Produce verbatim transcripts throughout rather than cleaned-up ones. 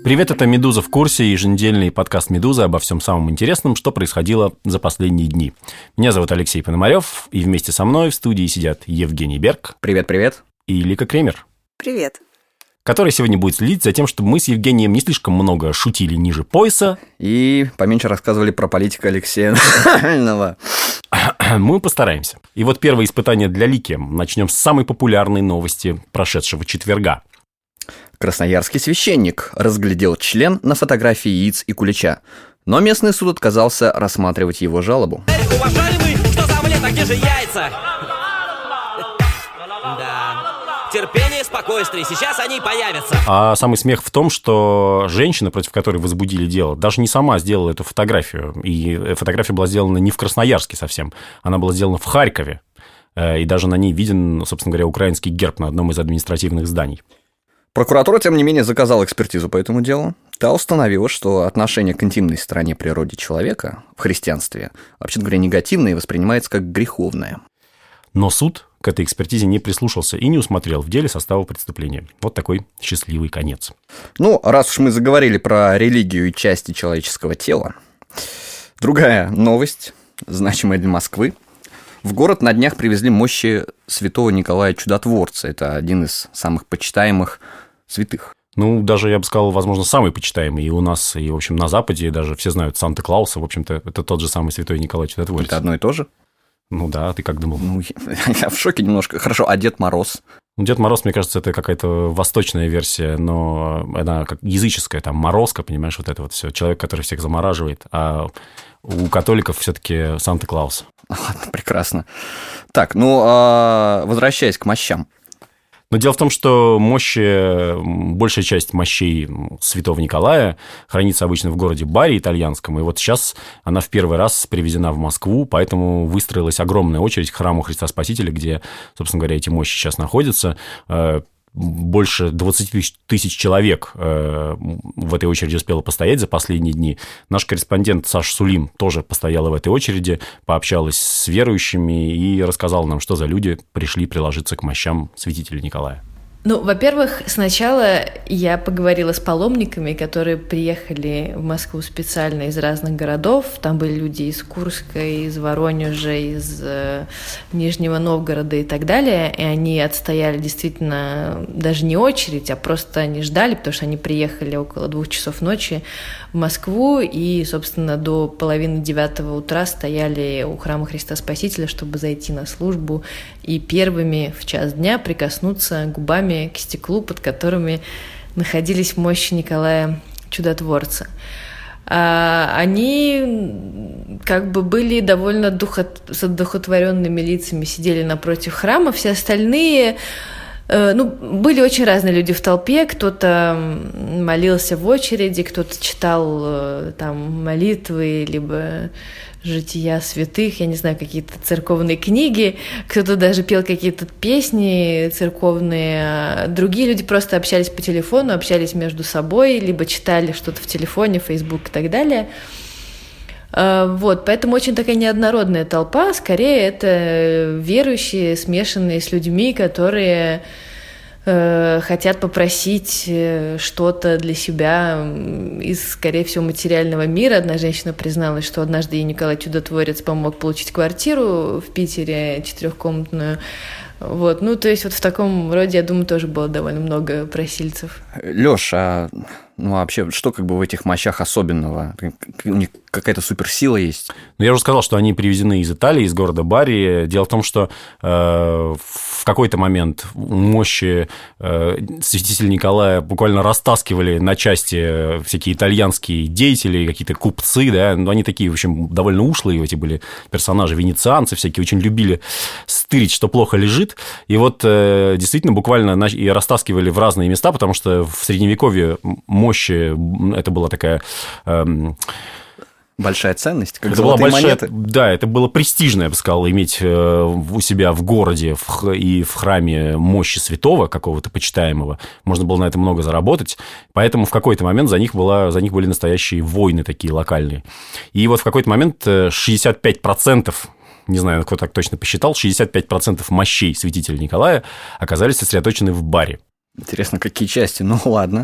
Привет, это «Медуза в курсе», еженедельный подкаст «Медузы» обо всем самом интересном, что происходило за последние дни. Меня зовут Алексей Пономарев, и вместе со мной в студии сидят Евгений Берг. Привет-привет. И Лика Кремер. Привет. Который сегодня будет следить за тем, чтобы мы с Евгением не слишком много шутили ниже пояса. И поменьше рассказывали про политику Алексея Навального. Мы постараемся. И вот первое испытание для Лики. Начнем с самой популярной новости прошедшего четверга. Красноярский священник разглядел член на фотографии яиц и кулича, но местный суд отказался рассматривать его жалобу. Уважаемый, что за омлет, а где же яйца? Да. Терпение, спокойствие, сейчас они появятся. А самый смех в том, что женщина, против которой возбудили дело, даже не сама сделала эту фотографию. И фотография была сделана не в Красноярске совсем, она была сделана в Харькове. И даже на ней виден, собственно говоря, украинский герб на одном из административных зданий. Прокуратура, тем не менее, заказала экспертизу по этому делу. Та установила, что отношение к интимной стороне природы человека в христианстве, вообще-то говоря, негативное и воспринимается как греховное. Но суд к этой экспертизе не прислушался и не усмотрел в деле состава преступления. Вот такой счастливый конец. Ну, раз уж мы заговорили про религию и части человеческого тела, другая новость, значимая для Москвы. В город на днях привезли мощи святого Николая Чудотворца. Это один из самых почитаемых святых. Ну, даже, я бы сказал, возможно, самый почитаемый и у нас, и, в общем, на Западе, и даже все знают Санта-Клауса, в общем-то, это тот же самый святой Николай Чудотворец. Это одно и то же? Ну да, ты как думал? Ну, я в шоке немножко. Хорошо, а Дед Мороз? Ну, Дед Мороз, мне кажется, это какая-то восточная версия, но она как языческая, там, морозка, понимаешь, вот это вот все. Человек, который всех замораживает, а у католиков все-таки Санта-Клаус. Ладно, прекрасно. Так, ну, а возвращаясь к мощам. Но дело в том, что мощи, большая часть мощей святого Николая хранится обычно в городе Бари итальянском, и вот сейчас она в первый раз привезена в Москву, поэтому выстроилась огромная очередь к храму Христа Спасителя, где, собственно говоря, эти мощи сейчас находятся. Больше двадцать тысяч человек в этой очереди успело постоять за последние дни. Наш корреспондент Саша Сулим тоже постояла в этой очереди, пообщалась с верующими и рассказала нам, что за люди пришли приложиться к мощам святителя Николая. Ну, во-первых, сначала я поговорила с паломниками, которые приехали в Москву специально из разных городов. Там были люди из Курска, из Воронежа, из э, Нижнего Новгорода и так далее. И они отстояли действительно даже не очередь, а просто они ждали, потому что они приехали около двух часов ночи в Москву и, собственно, до половины девятого утра стояли у храма Христа Спасителя, чтобы зайти на службу и первыми в час дня прикоснуться губами к стеклу, под которыми находились мощи Николая Чудотворца. А они как бы были довольно духот... с одухотворенными лицами, сидели напротив храма. Все остальные, ну, были очень разные люди в толпе. Кто-то молился в очереди, кто-то читал там молитвы, либо жития святых, я не знаю, какие-то церковные книги, кто-то даже пел какие-то песни церковные, другие люди просто общались по телефону, общались между собой, либо читали что-то в телефоне, Facebook и так далее. Вот, поэтому очень такая неоднородная толпа, скорее это верующие, смешанные с людьми, которые хотят попросить что-то для себя из, скорее всего, материального мира. Одна женщина призналась, что однажды ей Николай Чудотворец помог получить квартиру в Питере, четырехкомнатную. Вот, ну, то есть вот в таком роде, я думаю, тоже было довольно много просильцев. Лёш, а ну, вообще, что как бы в этих мощах особенного? У них какая-то суперсила есть? Ну, я уже сказал, что они привезены из Италии, из города Бари. Дело в том, что э, в какой-то момент мощи э, святителя Николая буквально растаскивали на части всякие итальянские деятели, какие-то купцы, да, но они такие, в общем, довольно ушлые, эти были персонажи, венецианцы всякие, очень любили стырить, что плохо лежит. И вот э, действительно буквально и растаскивали в разные места, потому что в Средневековье мощи, это была такая... Эм, большая ценность, как это была большая, монеты. Да, это было престижно, я бы сказал, иметь у себя в городе и в храме мощи святого какого-то почитаемого. Можно было на это много заработать, поэтому в какой-то момент за них, была, за них были настоящие войны такие локальные. И вот в какой-то момент шестьдесят пять процентов, не знаю, кто так точно посчитал, шестьдесят пять процентов мощей святителя Николая оказались сосредоточены в Бари. Интересно, какие части? Ну, ладно.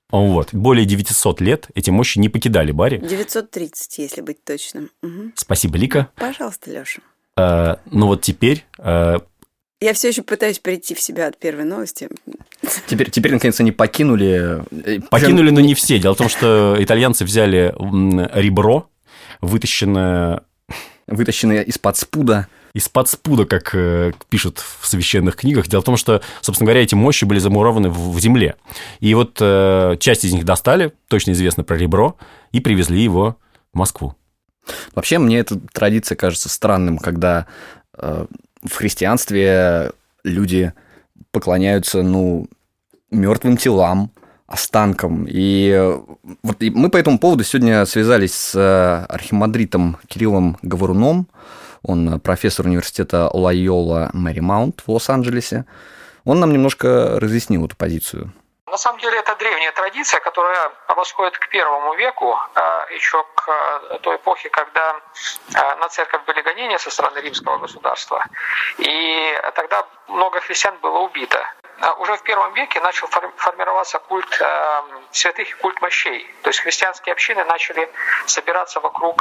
Вот. Более девятьсот лет эти мощи не покидали Бари. девятьсот тридцать, если быть точным. Угу. Спасибо, Лика. Пожалуйста, Лёша. А, ну вот теперь... А... Я все еще пытаюсь прийти в себя от первой новости. Теперь, теперь наконец, они покинули... Покинули, но не все. Дело в том, что итальянцы взяли ребро, вытащенное... Вытащенное из-под спуда. Из-под спуда, как э, пишут в священных книгах. Дело в том, что, собственно говоря, эти мощи были замурованы в, в земле. И вот э, часть из них достали, точно известно про ребро, и привезли его в Москву. Вообще, мне эта традиция кажется странным, когда э, в христианстве люди поклоняются, ну, мертвым телам, останкам. И вот и мы по этому поводу сегодня связались с архимандритом Кириллом Говоруном. Он профессор университета Лойола Марymount в Лос-Анджелесе. Он нам немножко разъяснил эту позицию. На самом деле это древняя традиция, которая восходит к первому веку, еще к той эпохе, когда на церковь были гонения со стороны римского государства. И тогда много христиан было убито. Уже в первом веке начал формироваться культ святых и культ мощей. То есть христианские общины начали собираться вокруг...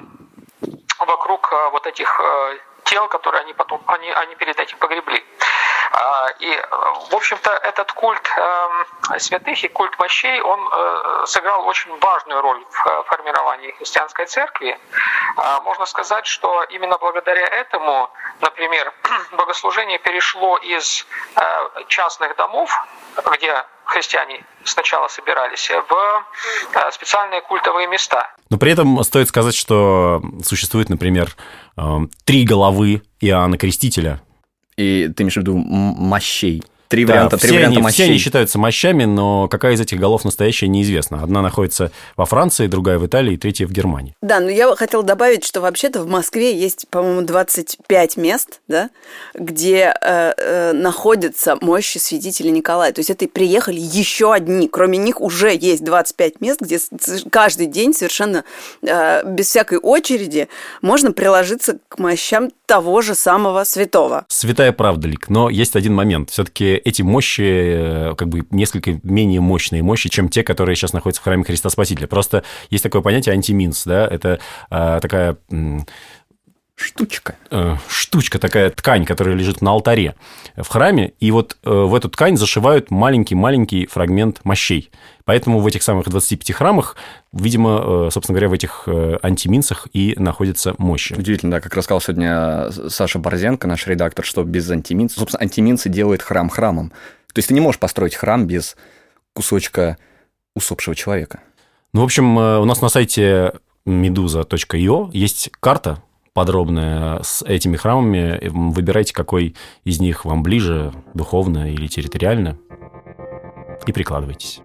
вокруг вот этих тел, которые они потом, они, они перед этим погребли. И, в общем-то, этот культ святых и культ мощей, он сыграл очень важную роль в формировании христианской церкви. Можно сказать, что именно благодаря этому, например, богослужение перешло из частных домов, где христиане сначала собирались, в специальные культовые места. Но при этом стоит сказать, что существует, например, три головы Иоанна Крестителя. И ты имеешь в виду мощей? Три да, варианта, все три варианта они, мощей. Все они считаются мощами, но какая из этих голов настоящая, неизвестно. Одна находится во Франции, другая в Италии, третья в Германии. Да, но я хотела добавить, что вообще-то в Москве есть, по-моему, двадцать пять мест, да, где э, э, находятся мощи святителя Николая. То есть это и приехали еще одни. Кроме них уже есть двадцать пять мест, где каждый день совершенно э, без всякой очереди можно приложиться к мощам того же самого святого. Святая правда, Лик. Но есть один момент. Все-таки эти мощи как бы несколько менее мощные мощи, чем те, которые сейчас находятся в храме Христа Спасителя. Просто есть такое понятие антиминс, да, это э, такая... Э, Штучка. Э, штучка, такая ткань, которая лежит на алтаре в храме, и вот э, в эту ткань зашивают маленький-маленький фрагмент мощей. Поэтому в этих самых двадцати пяти храмах, видимо, э, собственно говоря, в этих э, антиминсах и находятся мощи. Удивительно, да, как рассказал сегодня Саша Борзенко, наш редактор, что без антиминса, собственно, антиминсы делают храм храмом. То есть ты не можешь построить храм без кусочка усопшего человека. Ну, в общем, э, у нас на сайте медуза точка io есть карта подробная с этими храмами. Выбирайте, какой из них вам ближе, духовно или территориально, и прикладывайтесь.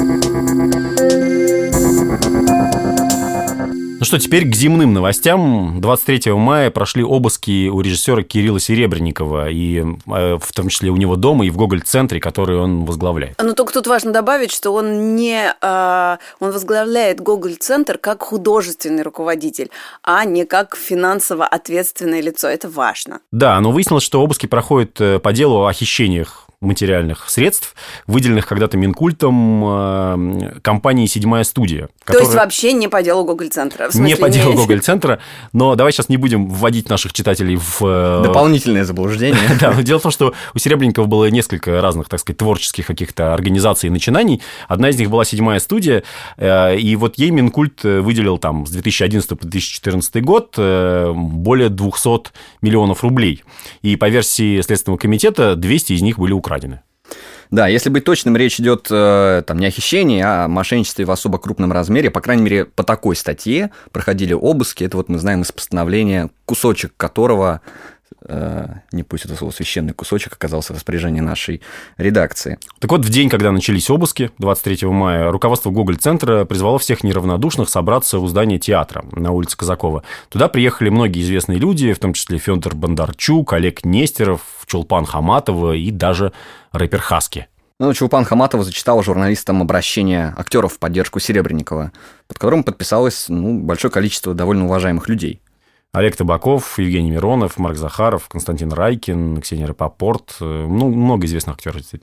Ну что, теперь к земным новостям. двадцать третьего мая прошли обыски у режиссера Кирилла Серебренникова, и в том числе у него дома и в Гоголь-центре, который он возглавляет. Но только тут важно добавить, что он не он возглавляет Гоголь-центр как художественный руководитель, а не как финансово ответственное лицо. Это важно. Да, но выяснилось, что обыски проходят по делу о хищениях материальных средств, выделенных когда-то Минкультом компании «Седьмая студия». Которая... То есть вообще не по делу Гоголь-центра? Не по делу Гоголь-центра, но давай сейчас не будем вводить наших читателей в... Дополнительное заблуждение. Да, но дело в том, что у Серебренникова было несколько разных, так сказать, творческих каких-то организаций и начинаний. Одна из них была «Седьмая студия», и вот ей Минкульт выделил там с две тысячи одиннадцатого по две тысячи четырнадцатый год более двухсот миллионов рублей. И по версии Следственного комитета двести из них были украдены. Да, если быть точным, речь идет там не о хищении, а о мошенничестве в особо крупном размере. По крайней мере, по такой статье проходили обыски. Это вот мы знаем из постановления, кусочек которого, не пусть это слово, священный кусочек, оказался в распоряжении нашей редакции. Так вот, в день, когда начались обыски, двадцать третьего мая, руководство Гоголь-центра призвало всех неравнодушных собраться у здания театра на улице Казакова. Туда приехали многие известные люди, в том числе Фёдор Бондарчук, Олег Нестеров, Чулпан Хаматова и даже рэпер Хаски. Ну, Чулпан Хаматова зачитала журналистам обращение актеров в поддержку Серебренникова, под которым подписалось ну, большое количество довольно уважаемых людей. Олег Табаков, Евгений Миронов, Марк Захаров, Константин Райкин, Ксения Рапопорт. Ну, много известных актеров, действительно.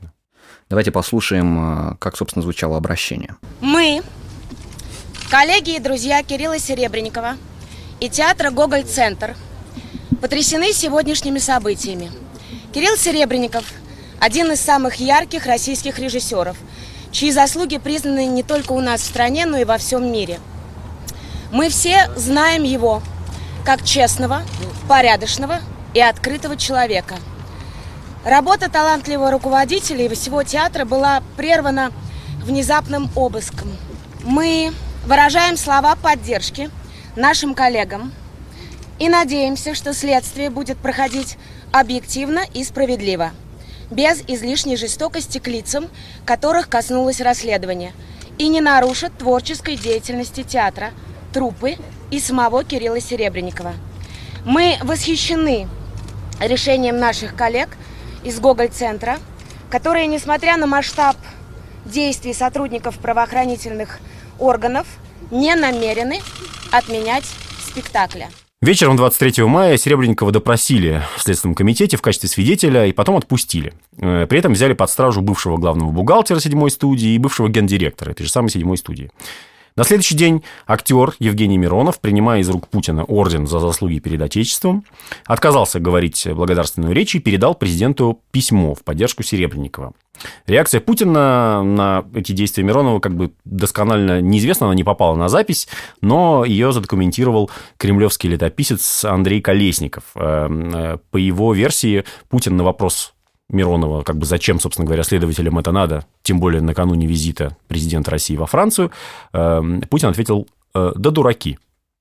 Давайте послушаем, как, собственно, звучало обращение. Мы, коллеги и друзья Кирилла Серебренникова и театра «Гоголь-центр», потрясены сегодняшними событиями. Кирилл Серебренников – один из самых ярких российских режиссеров, чьи заслуги признаны не только у нас в стране, но и во всем мире. Мы все знаем его как честного, порядочного и открытого человека. Работа талантливого руководителя и всего театра была прервана внезапным обыском. Мы выражаем слова поддержки нашим коллегам и надеемся, что следствие будет проходить объективно и справедливо, без излишней жестокости к лицам, которых коснулось расследование, и не нарушит творческой деятельности театра, труппы и самого Кирилла Серебренникова. Мы восхищены решением наших коллег из Гоголь-центра, которые, несмотря на масштаб действий сотрудников правоохранительных органов, не намерены отменять спектакля. Вечером двадцать третьего мая Серебренникова допросили в Следственном комитете в качестве свидетеля и потом отпустили. При этом взяли под стражу бывшего главного бухгалтера седьмой студии и бывшего гендиректора этой же самой седьмой студии. На следующий день актер Евгений Миронов, принимая из рук Путина орден за заслуги перед Отечеством, отказался говорить благодарственную речь и передал президенту письмо в поддержку Серебренникова. Реакция Путина на эти действия Миронова как бы досконально неизвестна, она не попала на запись, но ее задокументировал кремлевский летописец Андрей Колесников. По его версии, Путин на вопрос Миронова, как бы зачем, собственно говоря, следователям это надо, тем более накануне визита президента России во Францию, Путин ответил: да дураки.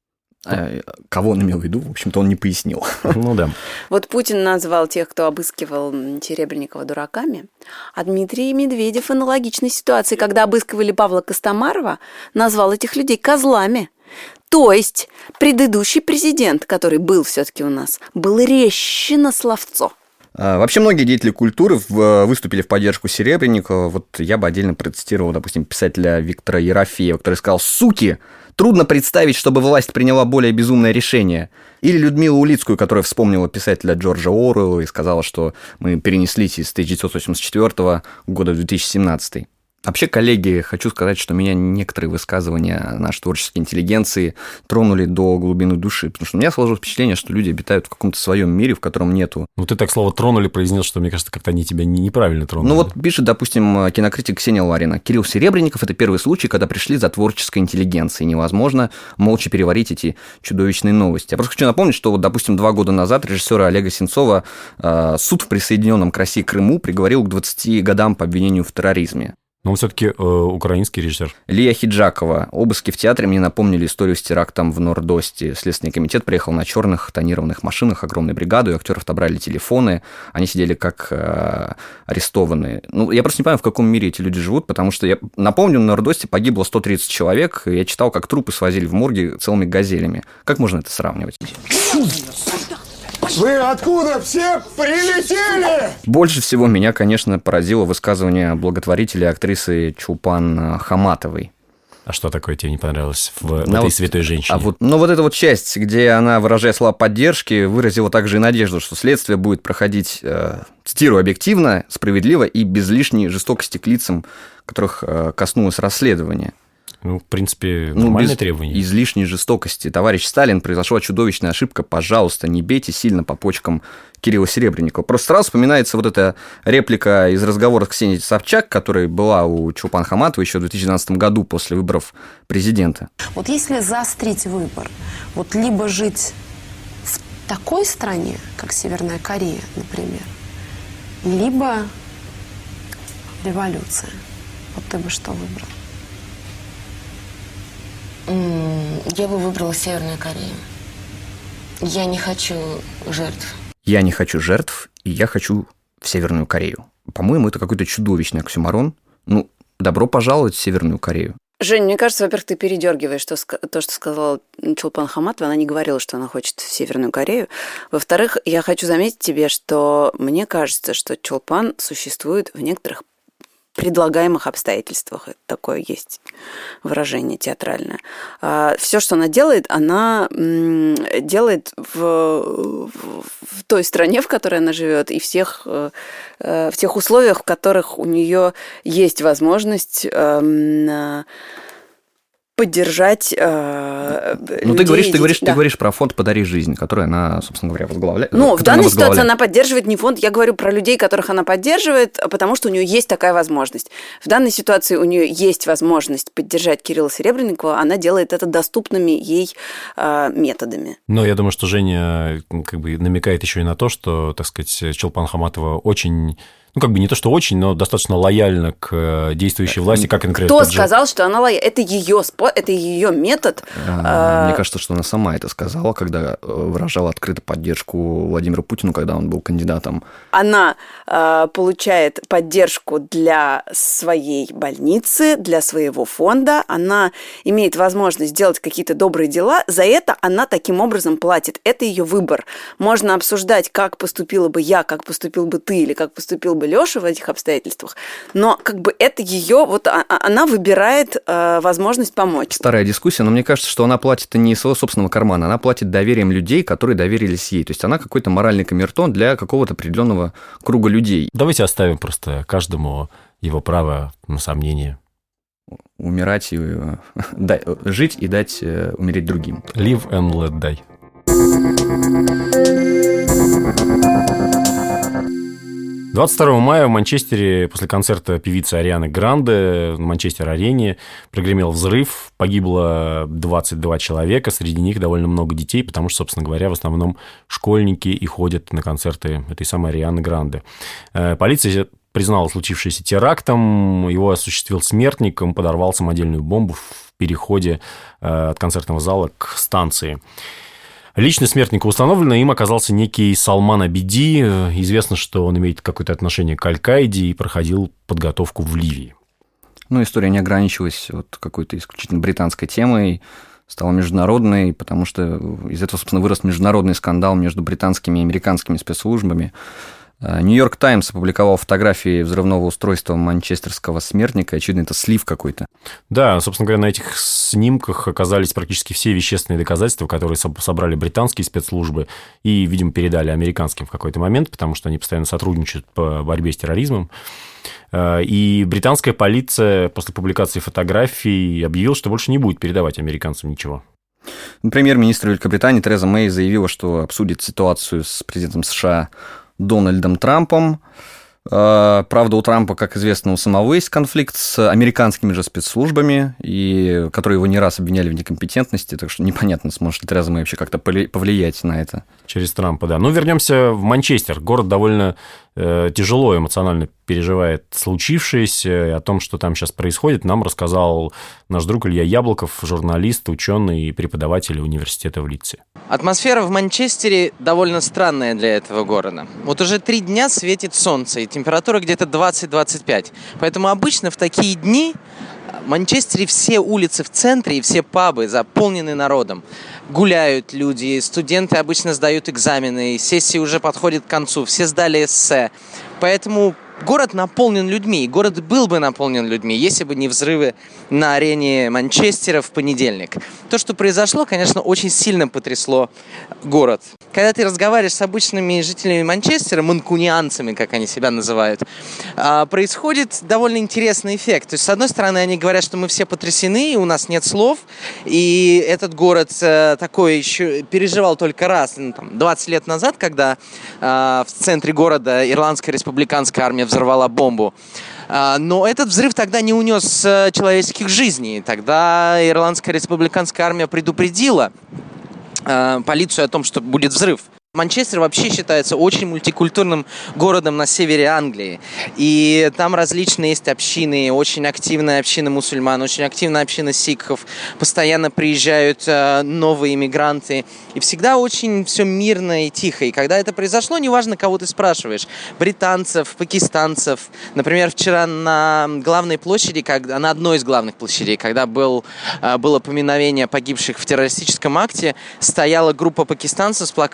Кого он имел в виду, в общем-то, он не пояснил. Ну да. Вот Путин назвал тех, кто обыскивал Серебренникова, дураками, а Дмитрий Медведев в аналогичной ситуации, когда обыскивали Павла Костомарова, назвал этих людей козлами. То есть предыдущий президент, который был все-таки у нас, был резче на словцо. Вообще многие деятели культуры выступили в поддержку Серебренникова. Вот я бы отдельно процитировал, допустим, писателя Виктора Ерофеева, который сказал: «Суки! Трудно представить, чтобы власть приняла более безумное решение». Или Людмилу Улицкую, которая вспомнила писателя Джорджа Оруэлла и сказала, что мы перенеслись из тысяча девятьсот восемьдесят четвёртого года в две тысячи семнадцатый. Вообще, коллеги, хочу сказать, что меня некоторые высказывания нашей творческой интеллигенции тронули до глубины души, потому что у меня сложилось впечатление, что люди обитают в каком-то своем мире, в котором нету. Ну, ты так слово «тронули» произнес, что, мне кажется, как-то они тебя неправильно тронули. Ну, вот пишет, допустим, кинокритик Ксения Ларина: «Кирилл Серебренников – это первый случай, когда пришли за творческой интеллигенцией. Невозможно молча переварить эти чудовищные новости». Я просто хочу напомнить, что, вот, допустим, два года назад режиссера Олега Сенцова э, суд в присоединенном к России Крыму приговорил к двадцати годам по обвинению в терроризме. Но он все-таки э, украинский режиссер. Лия Хиджакова. Обыски в театре мне напомнили историю с терактом в Норд-Осте. Следственный комитет приехал на черных тонированных машинах огромной бригадой, у актеров отобрали телефоны, они сидели как э, арестованные. Ну, я просто не понимаю, в каком мире эти люди живут, потому что, я напомню, на Норд-Осте погибло сто тридцать человек, и я читал, как трупы свозили в морги целыми газелями. Как можно это сравнивать? Вы откуда все прилетели? Больше всего меня, конечно, поразило высказывание благотворителя актрисы Чулпан Хаматовой. А что такое тебе не понравилось в, в а этой вот, святой женщине? А вот, ну, вот эта вот часть, где она, выражая слова поддержки, выразила также и надежду, что следствие будет проходить, э, цитирую, объективно, справедливо и без лишней жестокости к лицам, которых э, коснулось расследование. Ну, в принципе, нормальное ну, требование. Излишней жестокости. Товарищ Сталин, произошла чудовищная ошибка. Пожалуйста, не бейте сильно по почкам Кирилла Серебренникова. Просто сразу вспоминается вот эта реплика из разговора с Ксенией Собчак, которая была у Чулпан Хаматовой еще в две тысячи двенадцатом году после выборов президента. Вот если заострить выбор, вот либо жить в такой стране, как Северная Корея, например, либо революция, вот ты бы что выбрал? Я бы выбрала Северную Корею. Я не хочу жертв. Я не хочу жертв, и я хочу в Северную Корею. По-моему, это какой-то чудовищный оксюморон. Ну, добро пожаловать в Северную Корею. Жень, мне кажется, во-первых, ты передергиваешь то, то, что сказала Чулпан Хаматова. Она не говорила, что она хочет в Северную Корею. Во-вторых, я хочу заметить тебе, что мне кажется, что Чулпан существует в некоторых предлагаемых обстоятельствах. Это такое есть выражение театральное. Все, что она делает, она делает в, в, в той стране, в которой она живет, и всех, в тех условиях, в которых у нее есть возможность поддержать э, Ну, людей, ты говоришь, ты говоришь, да. ты говоришь про фонд «Подари жизнь», который она, собственно говоря, возглавляет. Ну, в данной ситуации она поддерживает не фонд, я говорю про людей, которых она поддерживает, потому что у нее есть такая возможность. В данной ситуации у нее есть возможность поддержать Кирилла Серебренникова, она делает это доступными ей э, методами. Но я думаю, что Женя как бы намекает еще и на то, что, так сказать, Чолпан Хаматова очень... Ну, как бы не то, что очень, но достаточно лояльна к действующей власти, как конкретно. Кто сказал, что она лояльна? Это ее способ, это ее метод. Мне кажется, что она сама это сказала, когда выражала открыто поддержку Владимиру Путину, когда он был кандидатом. Она э, получает поддержку для своей больницы, для своего фонда. Она имеет возможность делать какие-то добрые дела. За это она таким образом платит. Это ее выбор. Можно обсуждать, как поступила бы я, как поступил бы ты или как поступил бы Лёша в этих обстоятельствах, но как бы это ее, вот она выбирает э, возможность помочь. Старая дискуссия, но мне кажется, что она платит не из своего собственного кармана, она платит доверием людей, которые доверились ей. То есть она какой-то моральный камертон для какого-то определенного круга людей. Давайте оставим просто каждому его право на сомнение. Умирать и да, жить и дать умереть другим. Live and let die. двадцать второго мая в Манчестере после концерта певицы Арианы Гранде в Манчестер-арене прогремел взрыв, погибло двадцать два человека, среди них довольно много детей, потому что, собственно говоря, в основном школьники и ходят на концерты этой самой Арианы Гранде. Полиция признала случившееся терактом, его осуществил смертник, он подорвал самодельную бомбу в переходе от концертного зала к станции. Личность смертника установлена, им оказался некий Салман Абиди. Известно, что он имеет какое-то отношение к Аль-Каиде и проходил подготовку в Ливии. Ну, история не ограничилась вот какой-то исключительно британской темой, стала международной, потому что из этого, собственно, вырос международный скандал между британскими и американскими спецслужбами. Нью-Йорк Таймс опубликовал фотографии взрывного устройства манчестерского смертника. Очевидно, это слив какой-то. Да, собственно говоря, на этих снимках оказались практически все вещественные доказательства, которые собрали британские спецслужбы и, видимо, передали американским в какой-то момент, потому что они постоянно сотрудничают по борьбе с терроризмом. И британская полиция после публикации фотографий объявила, что больше не будет передавать американцам ничего. Премьер-министр Великобритании Тереза Мэй заявила, что обсудит ситуацию с президентом США Дональдом Трампом. Правда, у Трампа, как известно, у самого есть конфликт с американскими же спецслужбами, и, которые его не раз обвиняли в некомпетентности, так что непонятно, сможет ли Тереза Мэй вообще как-то повлиять на это. Через Трампа, да. Ну, вернемся в Манчестер. Город довольно э, тяжело эмоционально переживает случившееся. О том, что там сейчас происходит, нам рассказал наш друг Илья Яблоков, журналист, ученый и преподаватель университета в Лидсе. Атмосфера в Манчестере довольно странная для этого города. Вот уже три дня светит солнце, и температура где-то двадцать-двадцать пять. Поэтому обычно в такие дни в Манчестере все улицы в центре и все пабы заполнены народом. Гуляют люди, студенты обычно сдают экзамены, сессии уже подходят к концу, все сдали эссе. Поэтому город наполнен людьми, и город был бы наполнен людьми, если бы не взрывы на арене Манчестера в понедельник. То, что произошло, конечно, очень сильно потрясло город. Когда ты разговариваешь с обычными жителями Манчестера, манкунианцами, как они себя называют, происходит довольно интересный эффект. То есть, с одной стороны, они говорят, что мы все потрясены, и у нас нет слов, и этот город такой еще переживал только раз, ну, там, двадцать лет назад, когда в центре города Ирландская республиканская армия взорвала бомбу. Но этот взрыв тогда не унес человеческих жизней. Тогда Ирландская республиканская армия предупредила полицию о том, что будет взрыв. Манчестер вообще считается очень мультикультурным городом на севере Англии. И там различные есть общины, очень активная община мусульман, очень активная община сикхов. Постоянно приезжают э, новые иммигранты. И всегда очень все мирно и тихо. И когда это произошло, неважно, кого ты спрашиваешь. Британцев, пакистанцев. Например, вчера на главной площади, когда, на одной из главных площадей, когда был, э, было поминовение погибших в террористическом акте, стояла группа пакистанцев с плакатами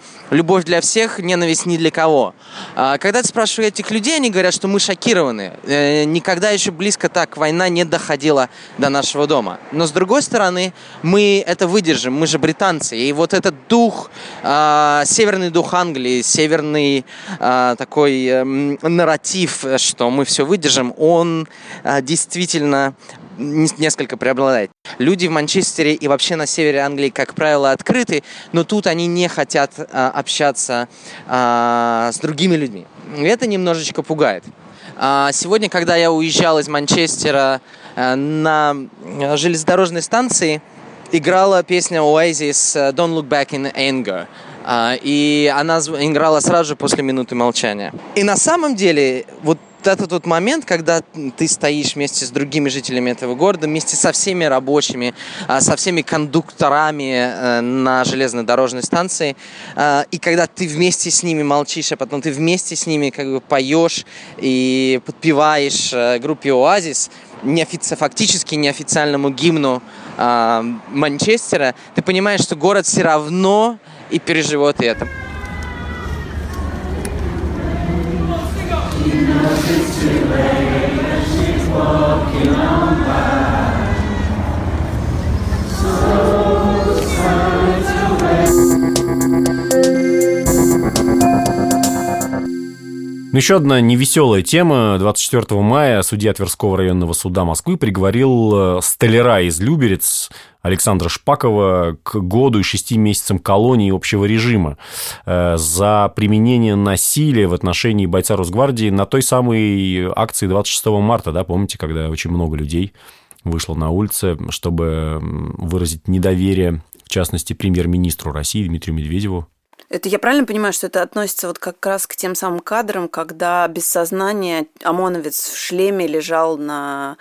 любовь для всех, ненависть ни для кого. Когда ты спрашиваешь этих людей, они говорят, что мы шокированы. Никогда еще близко так война не доходила до нашего дома. Но с другой стороны, мы это выдержим, мы же британцы. И вот этот дух, северный дух Англии, северный такой нарратив, что мы все выдержим, он действительно несколько преобладает. Люди в Манчестере и вообще на севере Англии, как правило, открыты, но тут они не хотят а, общаться а, с другими людьми. И это немножечко пугает. А, сегодня, когда я уезжал из Манчестера а, на железнодорожной станции, играла песня Oasis «Don't Look Back in Anger». А, и она играла сразу же после минуты молчания. И на самом деле, вот это тот момент, когда ты стоишь вместе с другими жителями этого города, вместе со всеми рабочими, со всеми кондукторами на железнодорожной станции, и когда ты вместе с ними молчишь, а потом ты вместе с ними как бы поешь и подпеваешь группе Oasis, неофици... фактически неофициальному гимну Манчестера, ты понимаешь, что город все равно и переживет это. Ну, еще одна невеселая тема. двадцать четвёртого мая судья Тверского районного суда Москвы приговорил столяра из Люберец Александра Шпакова к году и шести месяцам колонии общего режима за применение насилия в отношении бойца Росгвардии на той самой акции двадцать шестого марта, да, помните, когда очень много людей вышло на улицы, чтобы выразить недоверие, в частности, премьер-министру России Дмитрию Медведеву? Это я правильно понимаю, что это относится вот как раз к тем самым кадрам, когда без сознания ОМОНовец в шлеме лежал на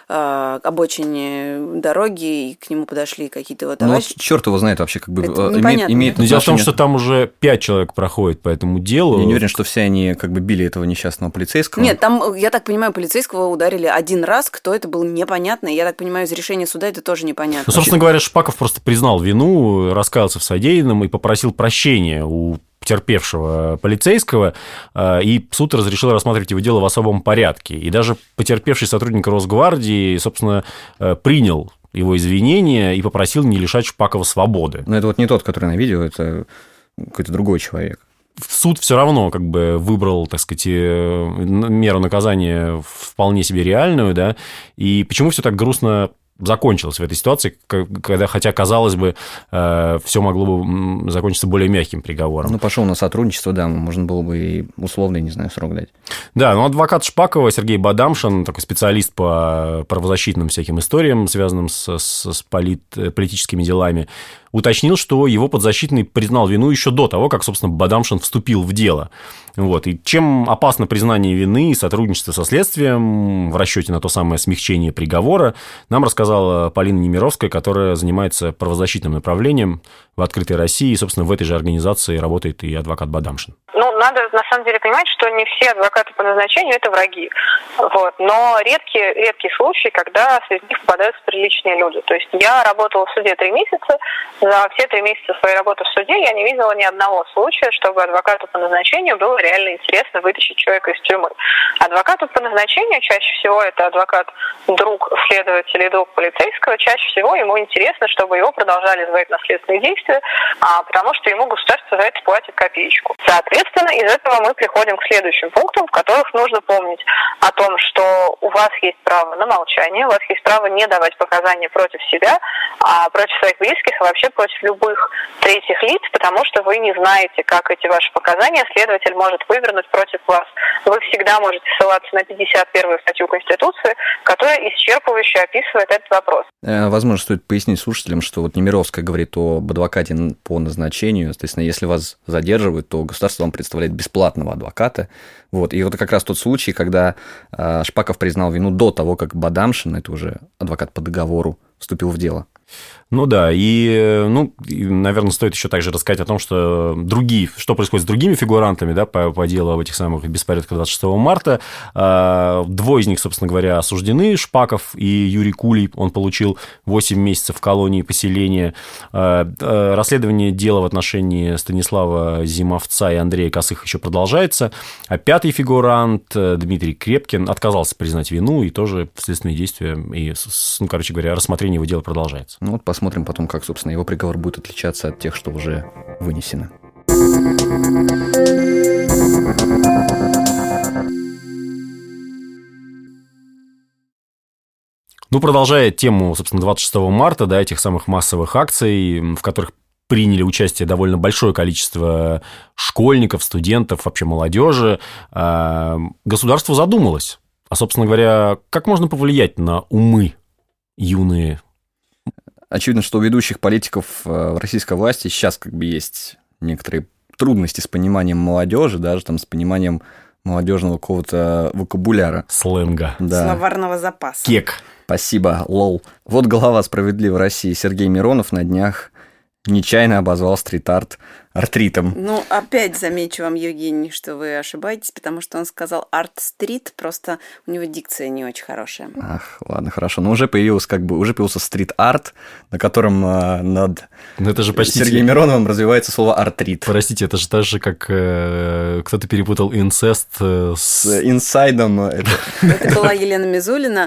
э, обочине дороги, и к нему подошли какие-то вот товарищи? Ну, черт его знает вообще, как бы это имеет, имеет Но дело в том, что там уже пять человек проходит по этому делу. Я не уверен, что все они как бы били этого несчастного полицейского. Нет, там, я так понимаю, полицейского ударили один раз, кто это был, непонятно. Я так понимаю, из решения суда это тоже непонятно. Ну, собственно говоря, Шпаков просто признал вину, раскаялся в содеянном и попросил прощения у потерпевшего полицейского, и суд разрешил рассматривать его дело в особом порядке. И даже потерпевший сотрудник Росгвардии, собственно, принял его извинения и попросил не лишать Шпакова свободы. Но это вот не тот, который на видео, это какой-то другой человек. Суд все равно как бы выбрал, так сказать, меру наказания вполне себе реальную, да, и почему все так грустно закончилось в этой ситуации, когда, хотя, казалось бы, все могло бы закончиться более мягким приговором. Ну, пошел на сотрудничество, да, можно было бы и условный, не знаю, срок дать. Да, но адвокат Шпакова Сергей Бадамшин, такой специалист по правозащитным всяким историям, связанным с, с, с полит, политическими делами, уточнил, что его подзащитный признал вину еще до того, как, собственно, Бадамшин вступил в дело. Вот. И чем опасно признание вины и сотрудничество со следствием в расчете на то самое смягчение приговора, нам рассказала Полина Немировская, которая занимается правозащитным направлением в «Открытой России», и, собственно, в этой же организации работает и адвокат Бадамшин. Ну, надо на самом деле понимать, что не все адвокаты по назначению – это враги. Вот. Но редкие, редкие случаи, когда среди них попадаются приличные люди. То есть я работала в суде три месяца. За все три месяца своей работы в суде я не видела ни одного случая, чтобы адвокату по назначению было реально интересно вытащить человека из тюрьмы. Адвокату по назначению чаще всего это адвокат друг следователя и друг полицейского. Чаще всего ему интересно, чтобы его продолжали звать на следственные действия, потому что ему государство за это платит копеечку. Соответственно, из этого мы приходим к следующим пунктам, в которых нужно помнить о том, что у вас есть право на молчание, у вас есть право не давать показания против себя, а против своих близких, а вообще против любых третьих лиц, потому что вы не знаете, как эти ваши показания следователь может вывернуть против вас. Вы всегда можете ссылаться на пятьдесят первую статью Конституции, которая исчерпывающе описывает этот вопрос. Возможно, стоит пояснить слушателям, что вот Немировская говорит об адвокате по назначению. Соответственно, если вас задерживают, то государство вам представляет бесплатного адвоката. Вот. И вот как раз тот случай, когда Шпаков признал вину до того, как Бадамшин, это уже адвокат по договору, вступил в дело. Ну да, и, ну, и, наверное, стоит еще также рассказать о том, что другие, что происходит с другими фигурантами, да, по, по делу об этих самых беспорядках двадцать шестого марта. Двое из них, собственно говоря, осуждены, Шпаков и Юрий Кулий. Он получил восемь месяцев в колонии поселения. Расследование дела в отношении Станислава Зимовца и Андрея Косых еще продолжается. А пятый фигурант, Дмитрий Крепкин, отказался признать вину, и тоже следственные действия, и, ну, короче говоря, рассмотрение его дела продолжается. Ну, вот посмотрим потом, как, собственно, его приговор будет отличаться от тех, что уже вынесено. Ну, продолжая тему, собственно, двадцать шестого марта, да, этих самых массовых акций, в которых приняли участие довольно большое количество школьников, студентов, вообще молодежи, государство задумалось. А, собственно говоря, как можно повлиять на умы юные? Очевидно, что у ведущих политиков в российской власти сейчас как бы есть некоторые трудности с пониманием молодежи, даже там с пониманием молодежного какого-то вокабуляра. Сленга. Да. Словарного запаса. Кек. Спасибо, лол. Вот глава «Справедливой России» Сергей Миронов на днях нечаянно обозвал стрит-арт артритом. Ну, опять замечу вам, Евгений, что вы ошибаетесь, потому что он сказал арт-стрит, просто у него дикция не очень хорошая. Ах, ладно, хорошо. Но уже появился как бы уже появился стрит-арт, на котором э, над Но это же почти Сергеем Мироновым развивается слово артрит. Простите, это же так же, как э, кто-то перепутал инцест э, с... С инсайдом. Это была Елена Мизулина.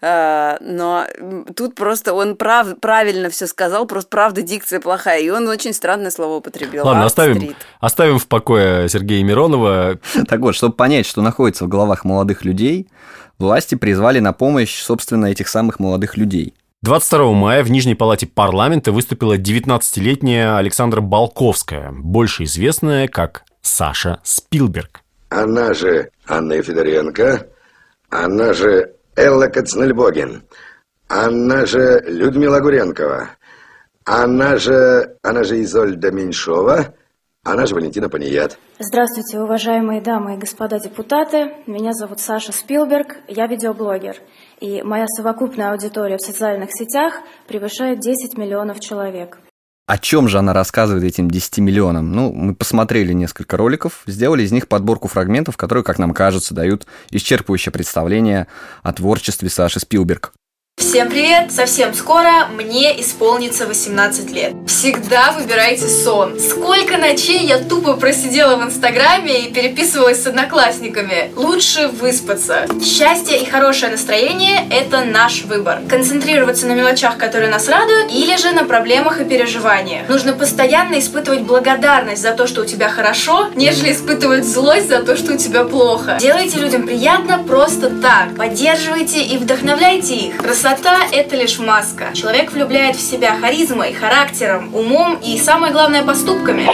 Но тут просто он прав, правильно все сказал, просто правда дикция плохая, и он очень странное слово употребил. Ладно, оставим, оставим в покое Сергея Миронова. Так вот, чтобы понять, что находится в головах молодых людей, власти призвали на помощь, собственно, этих самых молодых людей. двадцать второго мая в Нижней палате парламента выступила девятнадцатилетняя Александра Балковская, больше известная как Саша Спилберг. Она же Анна Федоренко, она же Элла Кацнельбоген, она же Людмила Гуренкова, она же, она же Изольда Меньшова, она же Валентина Паният. Здравствуйте, уважаемые дамы и господа депутаты. Меня зовут Саша Спилберг, я видеоблогер. И моя совокупная аудитория в социальных сетях превышает десять миллионов человек. О чем же она рассказывает этим десяти миллионам? Ну, мы посмотрели несколько роликов, сделали из них подборку фрагментов, которые, как нам кажется, дают исчерпывающее представление о творчестве Саши Спилберг. Всем привет! Совсем скоро мне исполнится восемнадцать лет. Всегда выбирайте сон. Сколько ночей я тупо просидела в Инстаграме и переписывалась с одноклассниками. Лучше выспаться. Счастье и хорошее настроение – это наш выбор. Концентрироваться на мелочах, которые нас радуют, или же на проблемах и переживаниях. Нужно постоянно испытывать благодарность за то, что у тебя хорошо, нежели испытывать злость за то, что у тебя плохо. Делайте людям приятно просто так. Поддерживайте и вдохновляйте их. Красота – это лишь маска. Человек влюбляет в себя харизмой, характером, умом и, самое главное, поступками.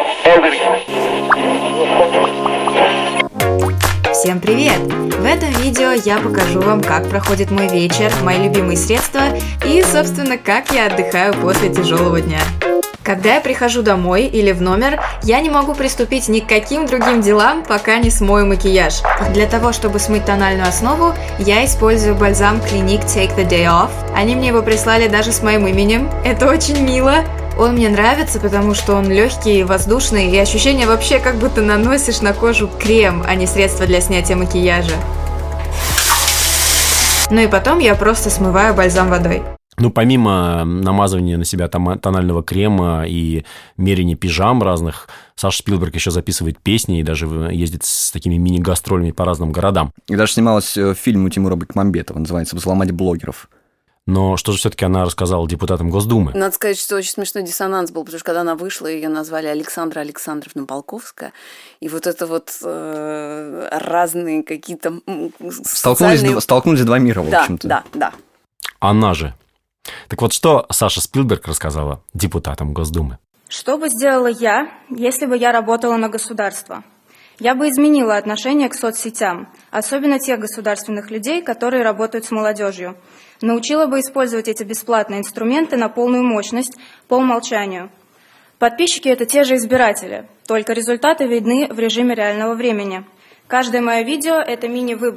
Всем привет! В этом видео я покажу вам, как проходит мой вечер, мои любимые средства и, собственно, как я отдыхаю после тяжелого дня. Когда я прихожу домой или в номер, я не могу приступить ни к каким другим делам, пока не смою макияж. Для того, чтобы смыть тональную основу, я использую бальзам Clinique Take the Day Off. Они мне его прислали даже с моим именем. Это очень мило. Он мне нравится, потому что он легкий, воздушный, и ощущение вообще, как будто наносишь на кожу крем, а не средство для снятия макияжа. Ну и потом я просто смываю бальзам водой. Ну, помимо намазывания на себя тонального крема и мерения пижам разных, Саша Спилберг еще записывает песни и даже ездит с такими мини-гастролями по разным городам. И даже снималась в фильме у Тимура Бекмамбетова, называется «Взломать блогеров». Но что же все-таки она рассказала депутатам Госдумы? Надо сказать, что очень смешной диссонанс был, потому что когда она вышла, ее назвали Александра Александровна Балковская, и вот это вот э, разные какие-то столкнулись, социальные... столкнулись два мира, в да, общем-то. Да, да, да. Она же. Так вот, что Саша Спилберг рассказала депутатам Госдумы? Что бы сделала я, если бы я работала на государство? Я бы изменила отношение к соцсетям, особенно тех государственных людей, которые работают с молодежью. Научила бы использовать эти бесплатные инструменты на полную мощность, по умолчанию. Подписчики – это те же избиратели, только результаты видны в режиме реального времени. Каждое мое видео – это мини-выборы.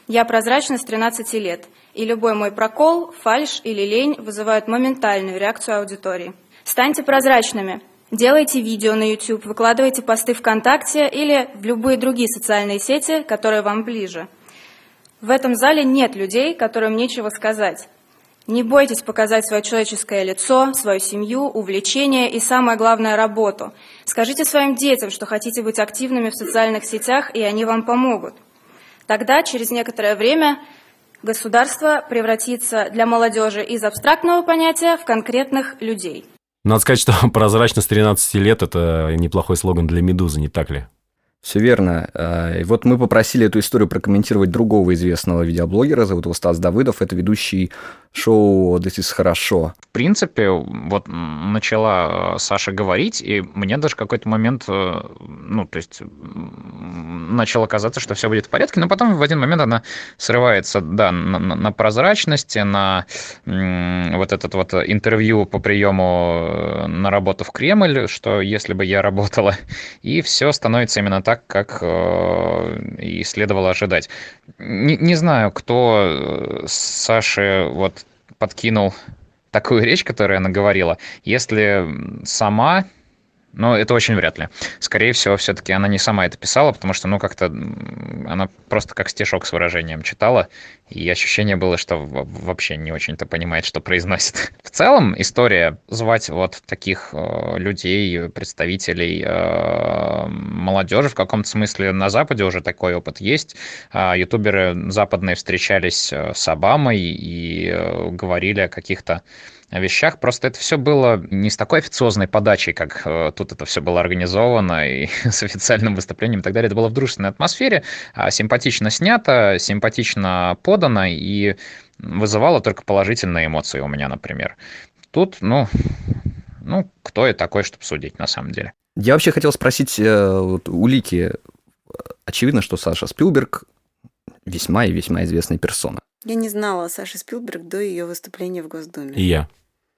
Я прозрачна с тринадцати лет, и любой мой прокол, фальшь или лень вызывают моментальную реакцию аудитории. Станьте прозрачными. Делайте видео на YouTube, выкладывайте посты ВКонтакте или в любые другие социальные сети, которые вам ближе. В этом зале нет людей, которым нечего сказать. Не бойтесь показать свое человеческое лицо, свою семью, увлечения и, самое главное, работу. Скажите своим детям, что хотите быть активными в социальных сетях, и они вам помогут. Тогда, через некоторое время, государство превратится для молодежи из абстрактного понятия в конкретных людей. Надо сказать, что прозрачность с тринадцати лет – это неплохой слоган для «Медузы», не так ли? Все верно. И вот мы попросили эту историю прокомментировать другого известного видеоблогера, зовут его Стас Давыдов, это ведущий шоу «This is хорошо». В принципе, вот начала Саша говорить, и мне даже в какой-то момент, ну, то есть, начало казаться, что все будет в порядке, но потом в один момент она срывается, да, на, на прозрачности, на вот этот вот интервью по приему на работу в Кремль, что если бы я работала, и все становится именно так, как и следовало ожидать. Не, не знаю, кто Саше вот подкинул такую речь, которую она говорила. Если сама, но это очень вряд ли. Скорее всего, все-таки она не сама это писала, потому что, ну, как-то она просто как стишок с выражением читала, и ощущение было, что вообще не очень-то понимает, что произносит. В целом, история звать вот таких э, людей, представителей э, молодежи в каком-то смысле на Западе уже такой опыт есть. Э, ютуберы западные встречались с Обамой и э, говорили о каких-то вещах. Просто это все было не с такой официозной подачей, как э, тут это все было организовано, и с официальным выступлением и так далее. Это было в дружественной атмосфере, э, симпатично снято, симпатично подано и вызывало только положительные эмоции у меня, например. Тут, ну, ну кто я такой, чтобы судить, на самом деле. Я вообще хотел спросить э, вот, у Лики. Очевидно, что Саша Спилберг весьма и весьма известная персона. Я не знала о Саше Спилберг до ее выступления в Госдуме. И я.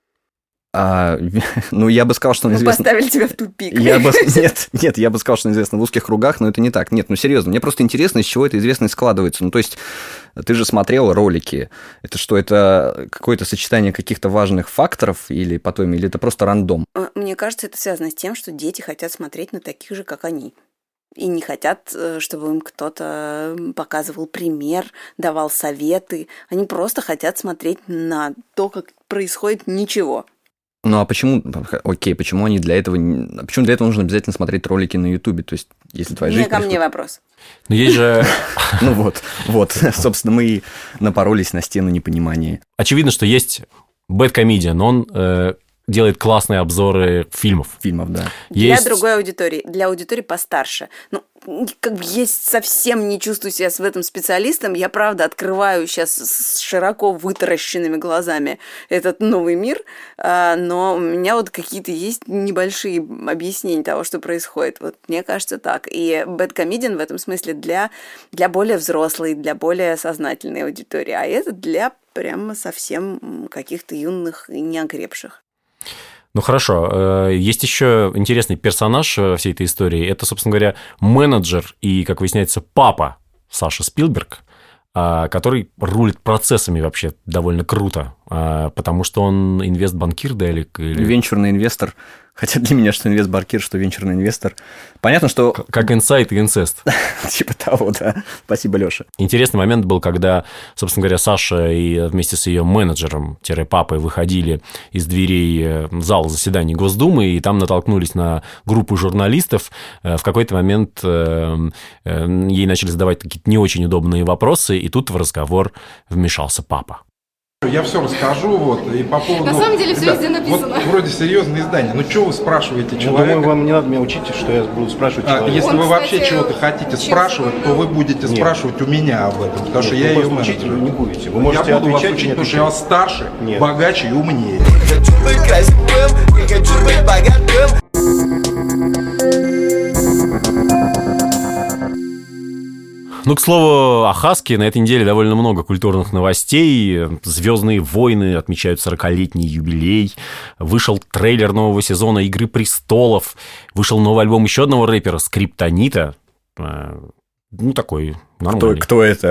А, ну, я бы сказал, что он Мы известен... поставили тебя в тупик. Я бы... Нет, нет, я бы сказал, что он известен в узких кругах, но это не так. Нет, ну, серьезно, мне просто интересно, из чего эта известность складывается. Ну, то есть, ты же смотрел ролики. Это что, это какое-то сочетание каких-то важных факторов или потом, или это просто рандом? Мне кажется, это связано с тем, что дети хотят смотреть на таких же, как они. И не хотят, чтобы им кто-то показывал пример, давал советы. Они просто хотят смотреть на то, как происходит ничего. Ну, а почему, окей, почему они для этого, почему для этого нужно обязательно смотреть ролики на Ютубе? То есть, если твоя жизнь... Не ко мне вопрос. Но есть же... Ну вот, вот, собственно, мы и напоролись на стену непонимания. Очевидно, что есть бэдкомедиан, но он делает классные обзоры фильмов. Фильмов, да. Для другой аудитории, для аудитории постарше. Ну, как бы я совсем не чувствую себя в этом специалистом. Я, правда, открываю сейчас с широко вытаращенными глазами этот новый мир, но у меня вот какие-то есть небольшие объяснения того, что происходит. Вот мне кажется так. И бэдкомедиан в этом смысле для, для более взрослой, для более сознательной аудитории, а это для прямо совсем каких-то юных и неокрепших. Ну хорошо, есть еще интересный персонаж всей этой истории. Это, собственно говоря, менеджер и, как выясняется, папа Саши Спилберг, который рулит процессами вообще довольно круто, потому что он инвестбанкир, да, или... Венчурный инвестор. Хотя для меня, что инвестбанкир, что венчурный инвестор. Понятно, что... Как инсайт и инцест. Типа того, да. Спасибо, Лёша. Интересный момент был, когда, собственно говоря, Саша и вместе с ее менеджером-папой выходили из дверей зала заседаний Госдумы, и там натолкнулись на группу журналистов. В какой-то момент ей начали задавать какие-то не очень удобные вопросы, и тут в разговор вмешался папа. Я все расскажу, вот, и по поводу... На самом деле все да, везде написано. Вот, вроде серьезное издание, ну что вы спрашиваете ну, человека? Думаю, вам не надо меня учить, что я буду спрашивать а, человека. Если Он, вы кстати, вообще чего-то хотите спрашивать, то вы будете Нет. спрашивать у меня об этом, потому Нет, что я вы ее учить менеджер. не будете. Вы можете я буду вас отвечать, учить, не потому что я вас старше, Нет. богаче и умнее. Ну, к слову, о Хаске на этой неделе довольно много культурных новостей. «Звездные войны» отмечают сорокалетний юбилей. Вышел трейлер нового сезона «Игры престолов». Вышел новый альбом еще одного рэпера «Скриптонита». Ну, такой нормальный. Кто, кто это?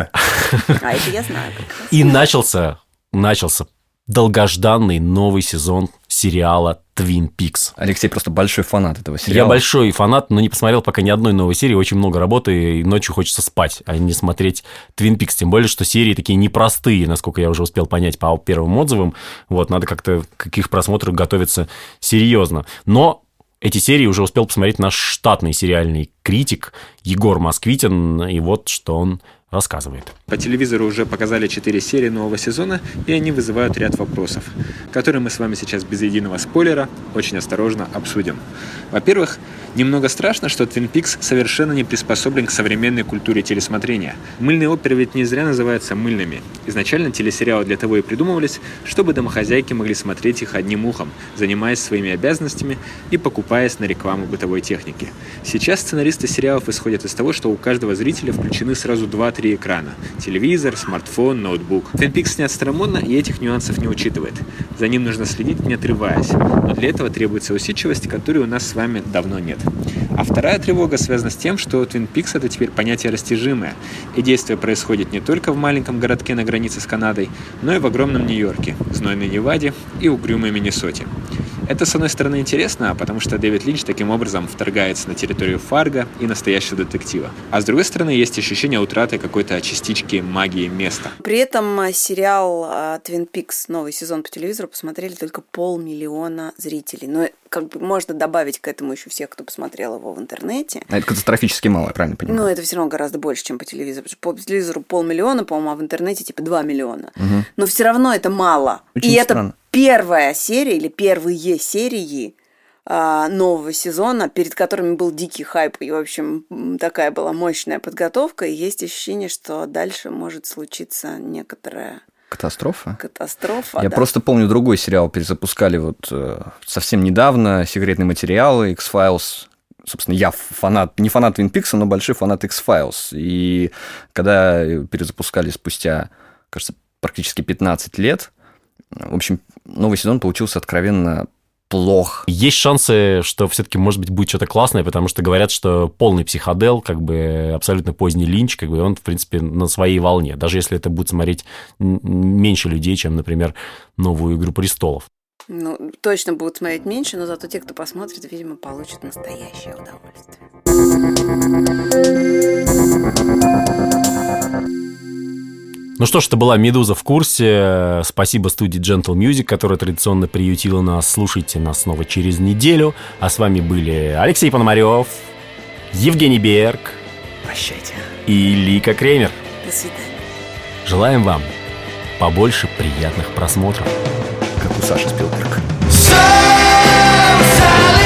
А это я знаю. И начался, начался долгожданный новый сезон сериала Twin Peaks. Алексей просто большой фанат этого сериала. Я большой фанат, но не посмотрел пока ни одной новой серии. Очень много работы, и ночью хочется спать, а не смотреть Twin Peaks. Тем более, что серии такие непростые, насколько я уже успел понять по первым отзывам. Вот, надо как-то к их просмотру готовиться серьезно. Но эти серии уже успел посмотреть наш штатный сериальный критик Егор Москвитин, и вот что он рассказывает. По телевизору уже показали четыре серии нового сезона, и они вызывают ряд вопросов, которые мы с вами сейчас без единого спойлера очень осторожно обсудим. Во-первых, немного страшно, что Twin Peaks совершенно не приспособлен к современной культуре телесмотрения. Мыльные оперы ведь не зря называются мыльными. Изначально телесериалы для того и придумывались, чтобы домохозяйки могли смотреть их одним ухом, занимаясь своими обязанностями и покупаясь на рекламу бытовой техники. Сейчас сценаристы сериалов исходят из того, что у каждого зрителя включены сразу два-три экрана – телевизор, смартфон, ноутбук. Twin Peaks снят старомодно и этих нюансов не учитывает. За ним нужно следить, не отрываясь. Но для этого требуется усидчивость, которой у нас с вами давно нет. А вторая тревога связана с тем, что Twin Peaks – это теперь понятие растяжимое, и действие происходит не только в маленьком городке на границе с Канадой, но и в огромном Нью-Йорке, знойной Неваде и угрюмой Миннесоте. Это, с одной стороны, интересно, потому что Дэвид Линч таким образом вторгается на территорию Фарго и настоящего детектива. А с другой стороны, есть ощущение утраты какой-то частички магии места. При этом сериал Twin Peaks, новый сезон по телевизору, посмотрели только полмиллиона зрителей. Но как бы можно добавить к этому еще всех, кто посмотрел его в интернете. Это катастрофически мало, я правильно понимаю? Но это все равно гораздо больше, чем по телевизору. По телевизору полмиллиона, по-моему, а в интернете типа два миллиона. Угу. Но все равно это мало. Очень И странно. Это первая серия или первые серии а, нового сезона, перед которыми был дикий хайп. И, в общем, такая была мощная подготовка. И есть ощущение, что дальше может случиться некоторая... Катастрофа? Катастрофа, Я да. просто помню, другой сериал перезапускали вот э, совсем недавно, «Секретные материалы», X-Files. Собственно, я фанат, не фанат Twin Peaks, но большой фанат X-Files. И когда перезапускали спустя, кажется, практически пятнадцать лет, в общем, новый сезон получился откровенно плох. Есть шансы, что все-таки, может быть, будет что-то классное, потому что говорят, что полный психодел, как бы абсолютно поздний Линч, как бы он, в принципе, на своей волне, даже если это будет смотреть меньше людей, чем, например, новую «Игру престолов». Ну, точно будут смотреть меньше, но зато те, кто посмотрит, видимо, получат настоящее удовольствие. Ну что ж, это была «Медуза в курсе». Спасибо студии Gentle Music, которая традиционно приютила нас. Слушайте нас снова через неделю. А с вами были Алексей Пономарев, Евгений Берг. Прощайте. И Лика Кремер. До свидания. Желаем вам побольше приятных просмотров. Как у Саши Спилберг. So, so